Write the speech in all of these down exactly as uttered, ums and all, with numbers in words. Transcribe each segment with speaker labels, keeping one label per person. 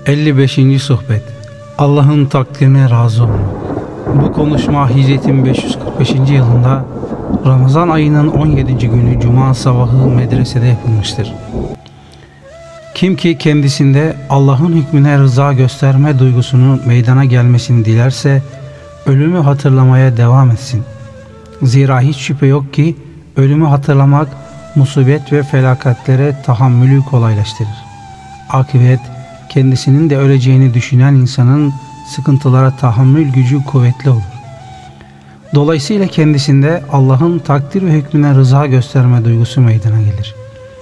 Speaker 1: elli beşinci Sohbet. Allah'ın takdirine razı olmak. Bu konuşma Hicretin beş yüz kırk beşinci yılında Ramazan ayının on yedinci günü Cuma sabahı medresede yapılmıştır. Kim ki kendisinde Allah'ın hükmüne rıza gösterme duygusunun meydana gelmesini dilerse ölümü hatırlamaya devam etsin. Zira hiç şüphe yok ki ölümü hatırlamak musibet ve felakatlere tahammülü kolaylaştırır. Akıbet, kendisinin de öleceğini düşünen insanın sıkıntılara tahammül gücü kuvvetli olur. Dolayısıyla kendisinde Allah'ın takdir ve hükmüne rıza gösterme duygusu meydana gelir.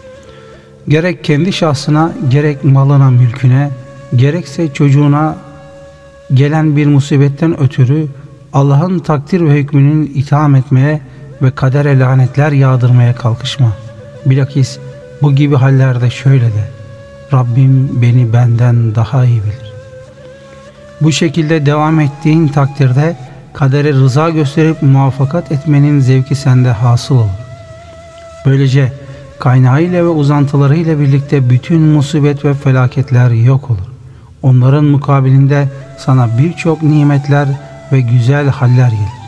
Speaker 1: Gerek kendi şahsına, gerek malına, mülküne, gerekse çocuğuna gelen bir musibetten ötürü Allah'ın takdir ve hükmünün itham etmeye ve kadere lanetler yağdırmaya kalkışma. Bilakis bu gibi hallerde şöyle de: Rabbim beni benden daha iyi bilir. Bu şekilde devam ettiğin takdirde kadere rıza gösterip muvaffakat etmenin zevki sende hasıl olur. Böylece kaynağıyla ve uzantılarıyla birlikte bütün musibet ve felaketler yok olur. Onların mukabilinde sana birçok nimetler ve güzel haller gelir.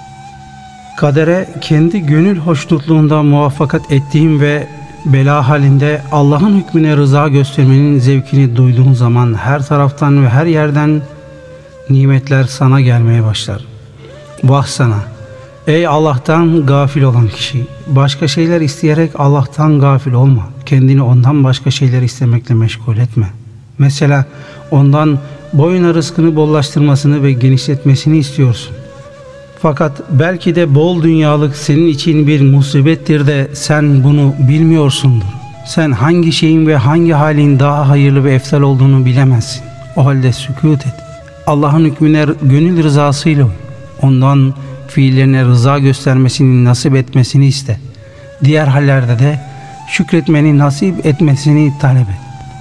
Speaker 1: Kadere kendi gönül hoşnutluğunda muvaffakat ettiğin ve bela halinde Allah'ın hükmüne rıza göstermenin zevkini duyduğun zaman her taraftan ve her yerden nimetler sana gelmeye başlar. Vah sana! Ey Allah'tan gafil olan kişi! Başka şeyler isteyerek Allah'tan gafil olma. Kendini ondan başka şeyler istemekle meşgul etme. Mesela ondan boyuna rızkını bollaştırmasını ve genişletmesini istiyorsun. Fakat belki de bol dünyalık senin için bir musibettir de sen bunu bilmiyorsundur. Sen hangi şeyin ve hangi halin daha hayırlı ve eftal olduğunu bilemezsin. O halde sükût et. Allah'ın hükmüne gönül rızasıyla uy. Ondan fiillerine rıza göstermesini nasip etmesini iste. Diğer hallerde de şükretmeni nasip etmesini talep et.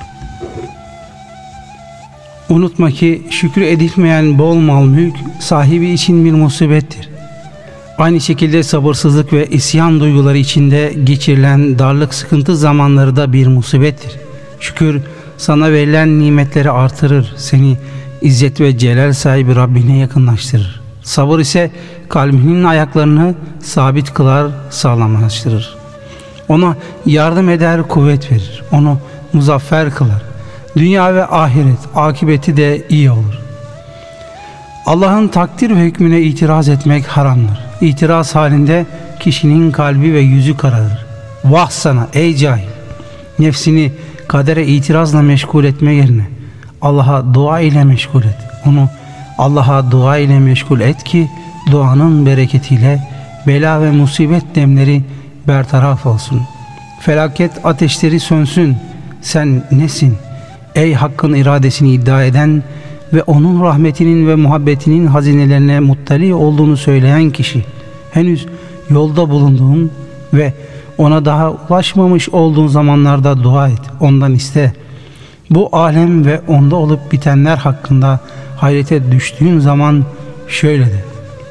Speaker 1: Unutma ki şükür edilmeyen bol mal mülk sahibi için bir musibettir. Aynı şekilde sabırsızlık ve isyan duyguları içinde geçirilen darlık sıkıntı zamanları da bir musibettir. Şükür sana verilen nimetleri artırır, seni izzet ve celal sahibi Rabbine yakınlaştırır. Sabır ise kalbinin ayaklarını sabit kılar, sağlamlaştırır. Ona yardım eder, kuvvet verir. Onu muzaffer kılar. Dünya ve ahiret akıbeti de iyi olur. Allah'ın takdir ve hükmüne itiraz etmek haramdır. İtiraz halinde kişinin kalbi ve yüzü kararır. Vah sana ey cahil! Nefsini kadere itirazla meşgul etme yerine Allah'a dua ile meşgul et. Onu Allah'a dua ile meşgul et ki duanın bereketiyle bela ve musibet demleri bertaraf olsun. Felaket ateşleri sönsün. Sen nesin? Ey Hakk'ın iradesini iddia eden ve onun rahmetinin ve muhabbetinin hazinelerine muttali olduğunu söyleyen kişi, henüz yolda bulunduğun ve ona daha ulaşmamış olduğun zamanlarda dua et, ondan iste. Bu alem ve onda olup bitenler hakkında hayrete düştüğün zaman şöyle de: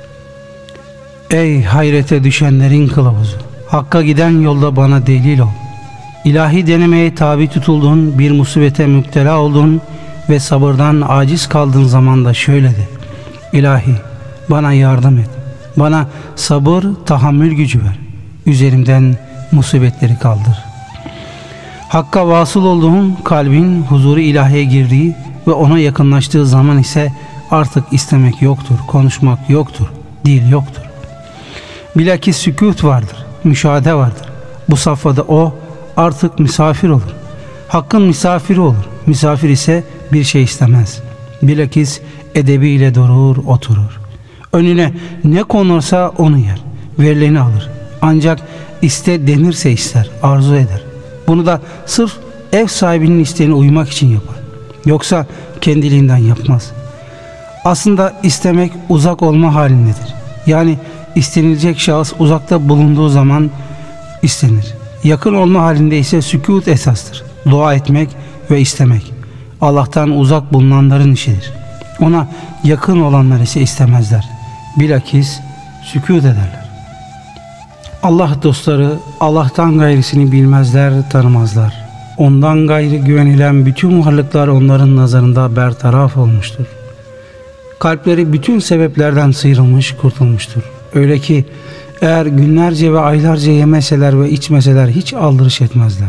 Speaker 1: Ey hayrete düşenlerin kılavuzu! Hakka giden yolda bana delil ol. İlahi denemeye tabi tutulduğun, bir musibete müptela olduğun ve sabırdan aciz kaldığın zaman da şöyle de: İlahi bana yardım et. Bana sabır, tahammül gücü ver. Üzerimden musibetleri kaldır. Hakka vasıl olduğun, kalbin huzuru ilahiye girdiği ve ona yakınlaştığı zaman ise artık istemek yoktur, konuşmak yoktur, dil yoktur. Bilakis sükût vardır, müşahede vardır. Bu safhada o artık misafir olur. Hakkın misafiri olur. Misafir ise bir şey istemez. Bilakis edebiyle durur, oturur. Önüne ne konursa onu yer. Verileni alır. Ancak iste denirse ister, arzu eder. Bunu da sırf ev sahibinin isteğine uymak için yapar. Yoksa kendiliğinden yapmaz. Aslında istemek uzak olma halindedir. Yani istenilecek şahıs uzakta bulunduğu zaman istenir. Yakın olma halinde ise sükût esastır. Dua etmek ve istemek Allah'tan uzak bulunanların işidir. Ona yakın olanlar ise istemezler. Bilakis sükût ederler. Allah dostları Allah'tan gayrısını bilmezler, tanımazlar. Ondan gayrı güvenilen bütün varlıklar onların nazarında bertaraf olmuştur. Kalpleri bütün sebeplerden sıyrılmış, kurtulmuştur. Öyle ki eğer günlerce ve aylarca yemeseler ve içmeseler hiç aldırış etmezler.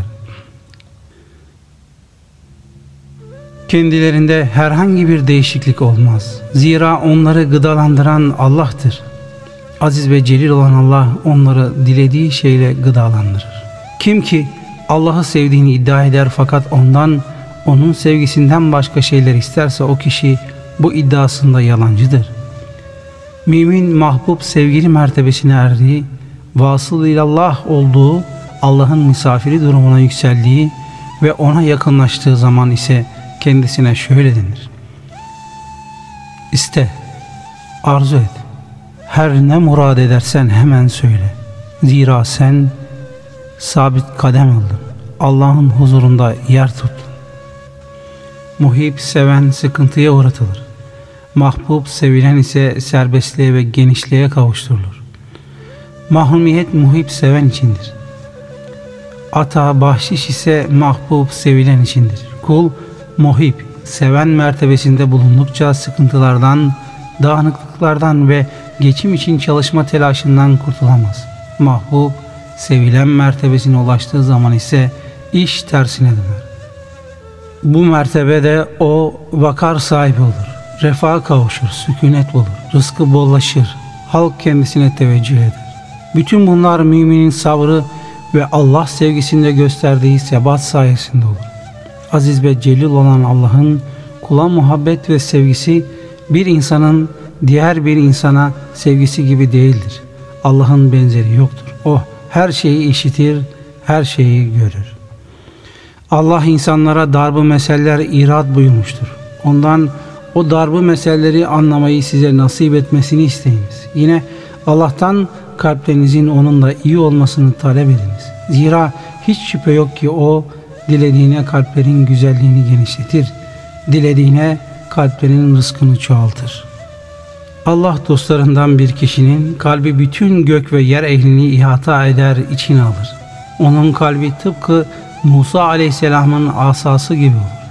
Speaker 1: Kendilerinde herhangi bir değişiklik olmaz. Zira onları gıdalandıran Allah'tır. Aziz ve celil olan Allah onları dilediği şeyle gıdalandırır. Kim ki Allah'ı sevdiğini iddia eder fakat ondan, onun sevgisinden başka şeyler isterse o kişi bu iddiasında yalancıdır. Mümin mahbub sevgili mertebesine erdiği, vasıl ilallah olduğu, Allah'ın misafiri durumuna yükseldiği ve ona yakınlaştığı zaman ise kendisine şöyle denir: İste, arzu et, her ne murad edersen hemen söyle. Zira sen sabit kadem oldun, Allah'ın huzurunda yer tuttun. Muhib seven sıkıntıya uğratılır. Mahbub sevilen ise serbestliğe ve genişliğe kavuşturulur. Mahrumiyet muhib seven içindir. Ata bahşiş ise mahbub sevilen içindir. Kul muhib seven mertebesinde bulundukça sıkıntılardan, dağınıklıklardan ve geçim için çalışma telaşından kurtulamaz. Mahbub sevilen mertebesine ulaştığı zaman ise iş tersine döner. Bu mertebede o vakar sahibi olur, refaha kavuşur, sükunet bulur, rızkı bollaşır, halk kendisine teveccüh eder. Bütün bunlar müminin sabrı ve Allah sevgisinde gösterdiği sebat sayesinde olur. Aziz ve celil olan Allah'ın kula muhabbet ve sevgisi bir insanın diğer bir insana sevgisi gibi değildir. Allah'ın benzeri yoktur. O her şeyi işitir, her şeyi görür. Allah insanlara darb-ı meseller irad buyurmuştur. Ondan o darb-ı meselleri anlamayı size nasip etmesini isteyiniz. Yine Allah'tan kalplerinizin onunla iyi olmasını talep ediniz. Zira hiç şüphe yok ki o dilediğine kalplerin güzelliğini genişletir, dilediğine kalplerin rızkını çoğaltır. Allah dostlarından bir kişinin kalbi bütün gök ve yer ehlini ihata eder, içine alır. Onun kalbi tıpkı Musa aleyhisselamın asası gibi olur.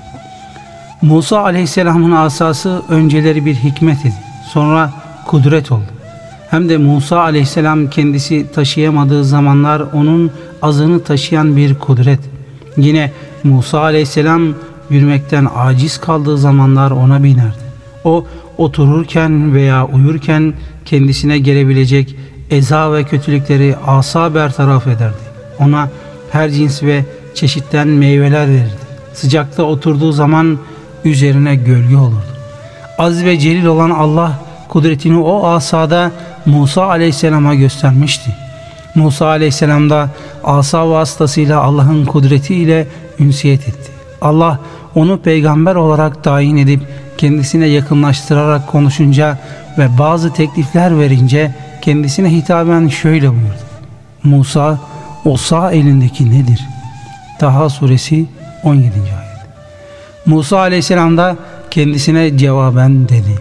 Speaker 1: Musa aleyhisselamın asası önceleri bir hikmet idi, sonra kudret oldu. Hem de Musa aleyhisselam kendisi taşıyamadığı zamanlar onun azını taşıyan bir kudret. Yine Musa aleyhisselam yürümekten aciz kaldığı zamanlar ona binerdi. O otururken veya uyurken kendisine gelebilecek eza ve kötülükleri asa bertaraf ederdi. Ona her cins ve çeşitten meyveler verirdi. Sıcakta oturduğu zaman üzerine gölge olurdu. Aziz ve celil olan Allah kudretini o asada Musa aleyhisselama göstermişti. Musa aleyhisselam da asa vasıtasıyla Allah'ın kudretiyle ünsiyet etti. Allah onu peygamber olarak tayin edip kendisine yakınlaştırarak konuşunca ve bazı teklifler verince kendisine hitaben şöyle buyurdu: Musa, o sağ elindeki nedir? Taha suresi on yedinci ayet. Musa aleyhisselam da kendisine cevaben dedi: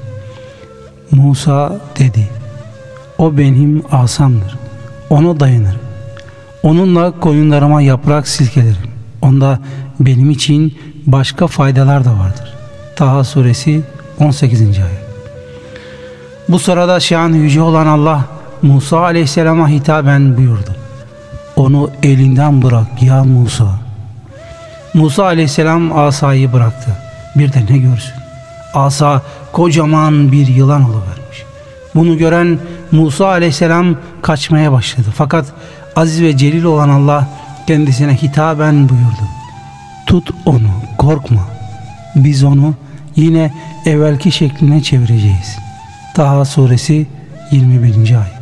Speaker 1: Musa dedi, o benim asamdır, ona dayanırım. Onunla koyunlarıma yaprak silkelerim. Onda benim için başka faydalar da vardır. Taha suresi on sekizinci ayet. Bu sırada şan yüce olan Allah Musa aleyhisselama hitaben buyurdu: onu elinden bırak ya Musa. Musa aleyhisselam asayı bıraktı. Bir de ne görsün? Asa kocaman bir yılan oluvermiş. Bunu gören Musa aleyhisselam kaçmaya başladı. Fakat aziz ve celil olan Allah kendisine hitaben buyurdu: tut onu, korkma. Biz onu yine evvelki şekline çevireceğiz. Taha suresi yirmi birinci ayet.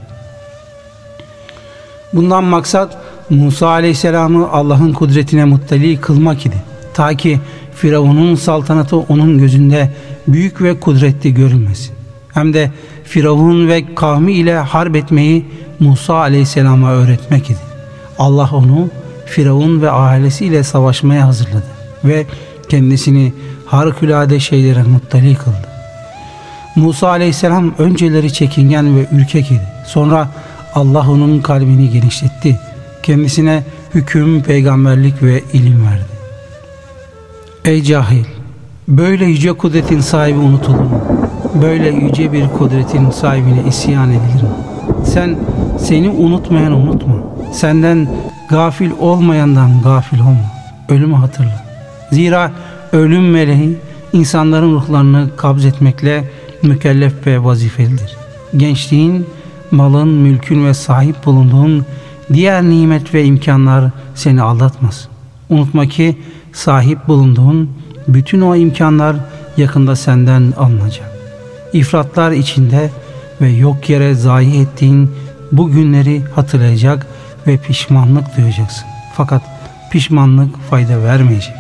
Speaker 1: Bundan maksat Musa aleyhisselamı Allah'ın kudretine muttali kılmak idi. Ta ki Firavun'un saltanatı onun gözünde büyük ve kudretli görünmesin. Hem de Firavun ve kavmi ile harp etmeyi Musa aleyhisselama öğretmek idi. Allah onu Firavun ve ailesiyle savaşmaya hazırladı ve kendisini harikulade şeylere muttali kıldı. Musa aleyhisselam önceleri çekingen ve ürkek idi. Sonra Allah onun kalbini genişletti. Kendisine hüküm, peygamberlik ve ilim verdi. Ey cahil! Böyle yüce kudretin sahibi unutulur mu? Böyle yüce bir kudretin sahibine isyan edilir mi? Sen seni unutmayan unutma. Senden gafil olmayandan gafil olma. Ölümü hatırla. Zira ölüm meleği insanların ruhlarını kabz etmekle mükellef ve vazifelidir. Gençliğin, malın, mülkün ve sahip bulunduğun diğer nimet ve imkanlar seni aldatmaz. Unutma ki sahip bulunduğun bütün o imkanlar yakında senden alınacak. İfratlar içinde ve yok yere zayi ettiğin bu günleri hatırlayacak ve pişmanlık duyacaksın. Fakat pişmanlık fayda vermeyecek.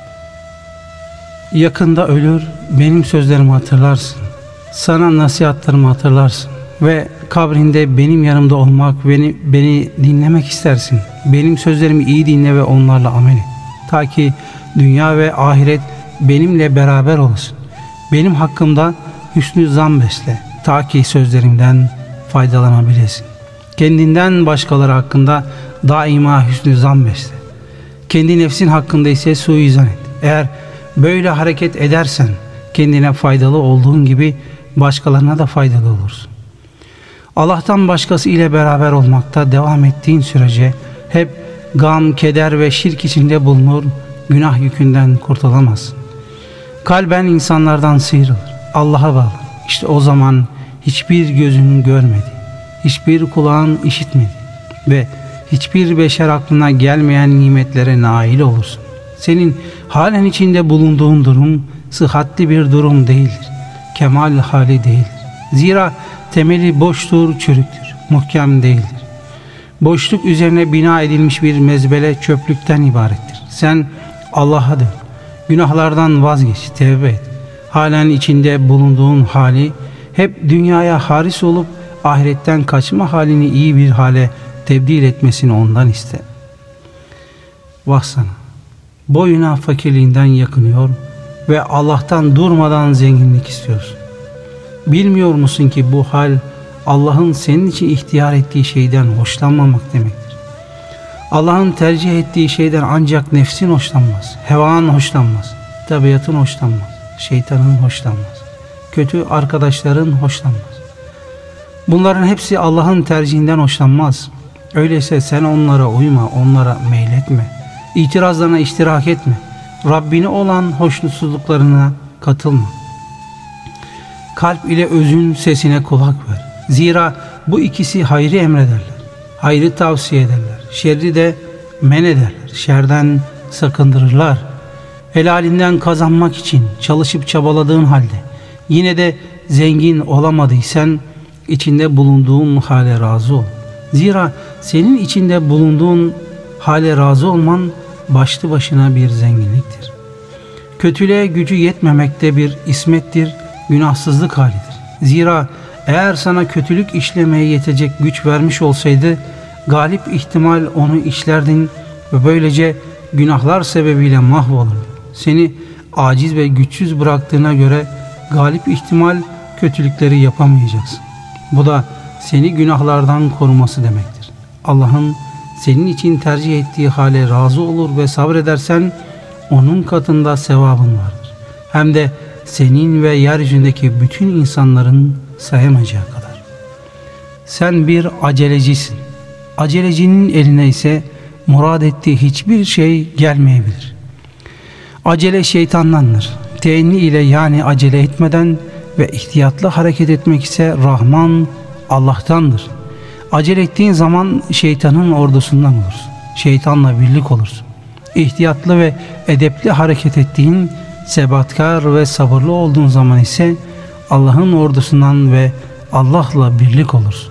Speaker 1: Yakında ölür, benim sözlerimi hatırlarsın. Sana nasihatlarımı hatırlarsın. Ve kabrinde benim yanımda olmak, beni, beni dinlemek istersin. Benim sözlerimi iyi dinle ve onlarla amel et. Ta ki dünya ve ahiret benimle beraber olsun. Benim hakkımda hüsnü zan besle. Ta ki sözlerimden faydalanabilesin. Kendinden başkaları hakkında daima hüsnü zan besle. Kendi nefsin hakkında ise suizan et. Eğer böyle hareket edersen kendine faydalı olduğun gibi başkalarına da faydalı olursun. Allah'tan başkası ile beraber olmakta devam ettiğin sürece hep gam, keder ve şirk içinde bulunur, günah yükünden kurtulamazsın. Kalben insanlardan sıyrılır, Allah'a bağlı. İşte o zaman hiçbir gözün görmedi, hiçbir kulağın işitmedi ve hiçbir beşer aklına gelmeyen nimetlere nail olursun. Senin halen içinde bulunduğun durum sıhhatli bir durum değildir, kemal hali değildir. Zira temeli boştur, çürüktür, muhkem değildir. Boşluk üzerine bina edilmiş bir mezbele çöplükten ibarettir. Sen Allah'a dön, günahlardan vazgeç, tevbe et. Halen içinde bulunduğun hali hep dünyaya haris olup ahiretten kaçma halini iyi bir hale tebdil etmesini ondan iste. Vah sana! Boyuna fakirliğinden yakınıyor ve Allah'tan durmadan zenginlik istiyorsun. Bilmiyor musun ki bu hal Allah'ın senin için ihtiyar ettiği şeyden hoşlanmamak demektir. Allah'ın tercih ettiği şeyden ancak nefsin hoşlanmaz, hevan hoşlanmaz, tabiatın hoşlanmaz, şeytanın hoşlanmaz, kötü arkadaşların hoşlanmaz. Bunların hepsi Allah'ın tercihinden hoşlanmaz. Öyleyse sen onlara uyma, onlara meyletme, itirazlarına iştirak etme, Rabbine olan hoşnutsuzluklarına katılma. Kalp ile özün sesine kulak ver. Zira bu ikisi hayrı emrederler, hayrı tavsiye ederler, şerri de men ederler, şerden sakındırırlar. Helalinden kazanmak için çalışıp çabaladığın halde yine de zengin olamadıysan içinde bulunduğun hale razı ol. Zira senin içinde bulunduğun hale razı olman başlı başına bir zenginliktir. Kötülüğe gücü yetmemekte bir ismettir, günahsızlık halidir. Zira eğer sana kötülük işlemeye yetecek güç vermiş olsaydı galip ihtimal onu işlerdin ve böylece günahlar sebebiyle mahvolurdun. Seni aciz ve güçsüz bıraktığına göre galip ihtimal kötülükleri yapamayacaksın. Bu da seni günahlardan koruması demektir. Allah'ın senin için tercih ettiği hale razı olur ve sabredersen onun katında sevabın vardır. Hem de senin ve yeryüzündeki bütün insanların sayamayacağı kadar. Sen bir acelecisin. Acelecinin eline ise murad ettiği hiçbir şey gelmeyebilir. Acele şeytandandır. Teenni ile yani acele etmeden ve ihtiyatlı hareket etmek ise Rahman Allah'tandır. Acele ettiğin zaman şeytanın ordusundan olursun. Şeytanla birlik olursun. İhtiyatlı ve edepli hareket ettiğin, sebatkar ve sabırlı olduğun zaman ise Allah'ın ordusundan ve Allah'la birlik olursun.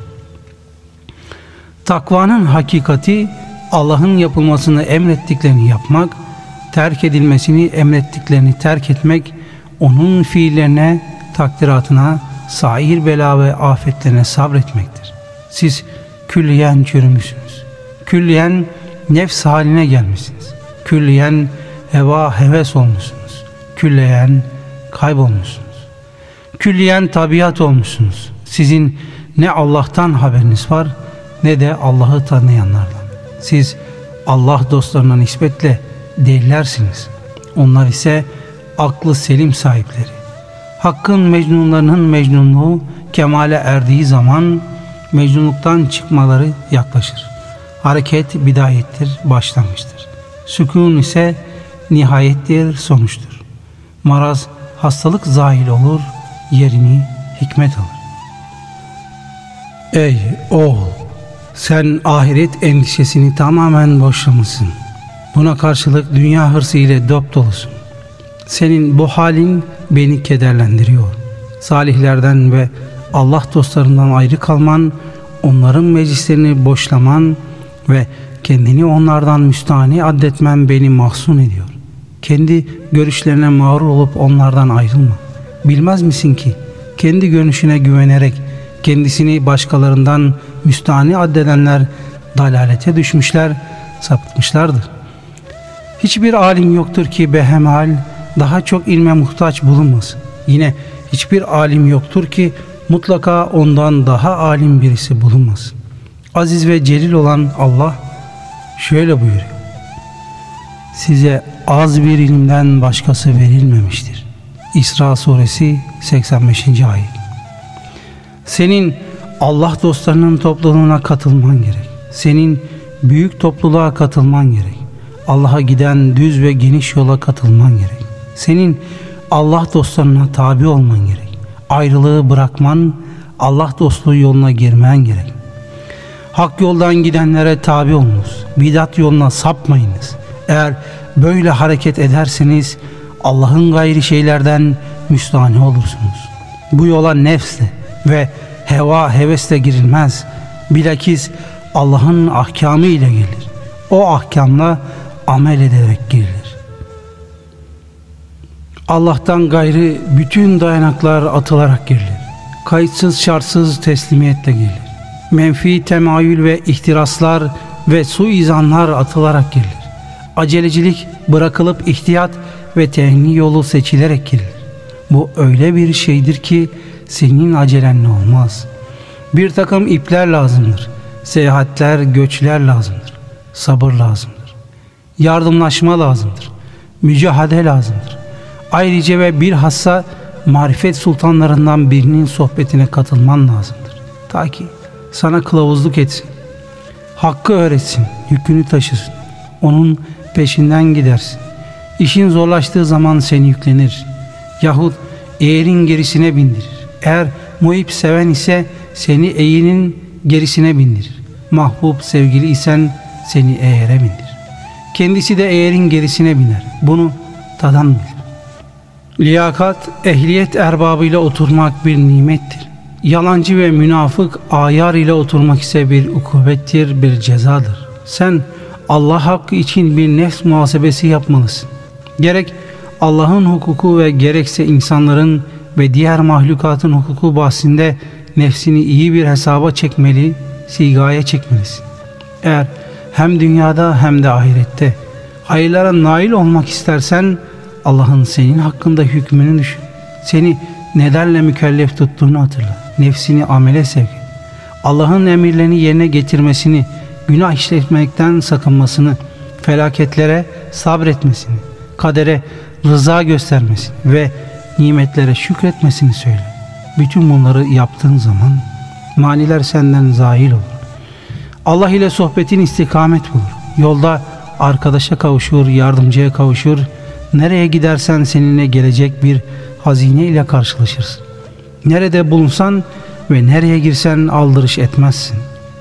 Speaker 1: Takvanın hakikati Allah'ın yapılmasını emrettiklerini yapmak, terk edilmesini emrettiklerini terk etmek, onun fiillerine, takdiratına, sair bela ve afetlerine sabretmektir. Siz külliyen çürümüşsünüz. Külliyen nefs haline gelmişsiniz. Külliyen heva heves olmuşsunuz. Külliyen kaybolmuşsunuz. Külliyen tabiat olmuşsunuz. Sizin ne Allah'tan haberiniz var ne de Allah'ı tanıyanlardan. Siz Allah dostlarına nispetle delilersiniz. Onlar ise aklı selim sahipleri. Hakkın mecnunlarının mecnunluğu kemale erdiği zaman mecnunluktan çıkmaları yaklaşır. Hareket bidayettir, başlangıçtır. Sükun ise nihayettir, sonuçtur. Maraz, hastalık zahil olur, yerini hikmet alır. Ey oğul! Sen ahiret endişesini tamamen boşlamışsın. Buna karşılık dünya hırsı ile dop dolusun. Senin bu halin beni kederlendiriyor. Salihlerden ve Allah dostlarından ayrı kalman, onların meclislerini boşlaman ve kendini onlardan müstahni addetmen beni mahzun ediyor. Kendi görüşlerine mağrur olup onlardan ayrılma. Bilmez misin ki kendi görüşüne güvenerek kendisini başkalarından müstahni addedenler dalalete düşmüşler, sapıtmışlardır. Hiçbir alim yoktur ki behemal daha çok ilme muhtaç bulunmasın. Yine hiçbir alim yoktur ki mutlaka ondan daha alim birisi bulunmasın. Aziz ve celil olan Allah şöyle buyuruyor: size az bir ilimden başkası verilmemiştir. İsra suresi seksen beşinci ayet. Senin Allah dostlarının topluluğuna katılman gerek. Senin büyük topluluğa katılman gerek. Allah'a giden düz ve geniş yola katılman gerek. Senin Allah dostlarına tabi olman gerek. Ayrılığı bırakman, Allah dostluğu yoluna girmen gerek. Hak yoldan gidenlere tabi olunuz. Bidat yoluna sapmayınız. Eğer böyle hareket ederseniz Allah'ın gayri şeylerden müstahni olursunuz. Bu yola nefsle ve heva hevesle girilmez. Bilakis Allah'ın ahkamı ile gelir. O ahkamla amel ederek girilir. Allah'tan gayrı bütün dayanaklar atılarak girilir. Kayıtsız şartsız teslimiyetle girilir. Menfi temayül ve ihtiraslar ve suizanlar atılarak girilir. Acelecilik bırakılıp ihtiyat ve tehni yolu seçilerek girilir. Bu öyle bir şeydir ki senin acelenle olmaz. Bir takım ipler lazımdır. Seyahatler, göçler lazımdır. Sabır lazımdır. Yardımlaşma lazımdır. Mücahede lazımdır. Ayrıca ve bilhassa marifet sultanlarından birinin sohbetine katılman lazımdır. Ta ki sana kılavuzluk etsin. Hakkı öğretsin, yükünü taşısın. Onun peşinden gidersin. İşin zorlaştığı zaman seni yüklenir. Yahut eğerin gerisine bindirir. Eğer muhip seven ise seni eğinin gerisine bindirir. Mahbub sevgili isen seni eğere bindirir. Kendisi de eğerin gerisine biner. Bunu tadan bilir. Liyakat, ehliyet erbabıyla oturmak bir nimettir. Yalancı ve münafık ayar ile oturmak ise bir ukubettir, bir cezadır. Sen Allah hakkı için bir nefs muhasebesi yapmalısın. Gerek Allah'ın hukuku ve gerekse insanların ve diğer mahlukatın hukuku bahsinde nefsini iyi bir hesaba çekmeli, sigaya çekmelisin. Eğer hem dünyada hem de ahirette hayırlara nail olmak istersen Allah'ın senin hakkında hükmünü düşün. Seni nelerle mükellef tuttuğunu hatırla. Nefsini amele sevk et. Allah'ın emirlerini yerine getirmesini, günah işletmekten sakınmasını, felaketlere sabretmesini, kadere rıza göstermesini ve nimetlere şükretmesini söyle. Bütün bunları yaptığın zaman maniler senden zahil olur. Allah ile sohbetin istikamet bulur. Yolda arkadaşa kavuşur, yardımcıya kavuşur. Nereye gidersen seninle gelecek bir hazine ile karşılaşırsın. Nerede bulunsan ve nereye girsen aldırış etmezsin.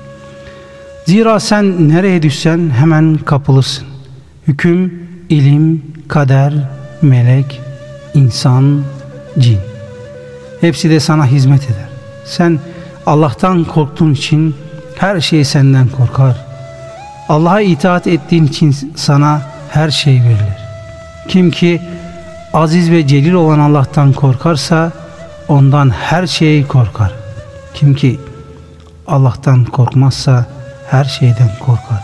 Speaker 1: Zira sen nereye düşsen hemen kapılırsın. Hüküm, ilim, kader, melek, insan, cin. Hepsi de sana hizmet eder. Sen Allah'tan korktuğun için her şey senden korkar. Allah'a itaat ettiğin için sana her şey verilir. Kim ki aziz ve celil olan Allah'tan korkarsa ondan her şey korkar. Kim ki Allah'tan korkmazsa her şeyden korkar.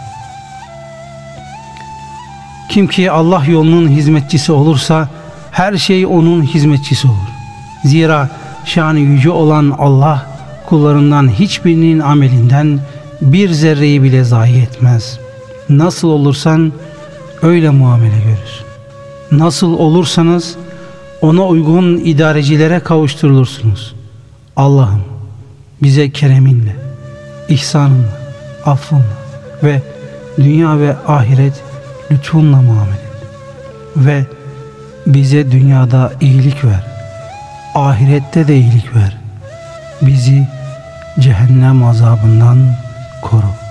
Speaker 1: Kim ki Allah yolunun hizmetçisi olursa her şey onun hizmetçisi olur. Zira şanı yüce olan Allah kullarından hiçbirinin amelinden bir zerreyi bile zayi etmez. Nasıl olursan öyle muamele görürsün. nasıl olursanız ona uygun idarecilere kavuşturulursunuz. Allah'ım bize kereminle, ihsanınla, affınla ve dünya ve ahiret lütfunla muamele et. Ve bize dünyada iyilik ver, ahirette de iyilik ver. Bizi cehennem azabından koru.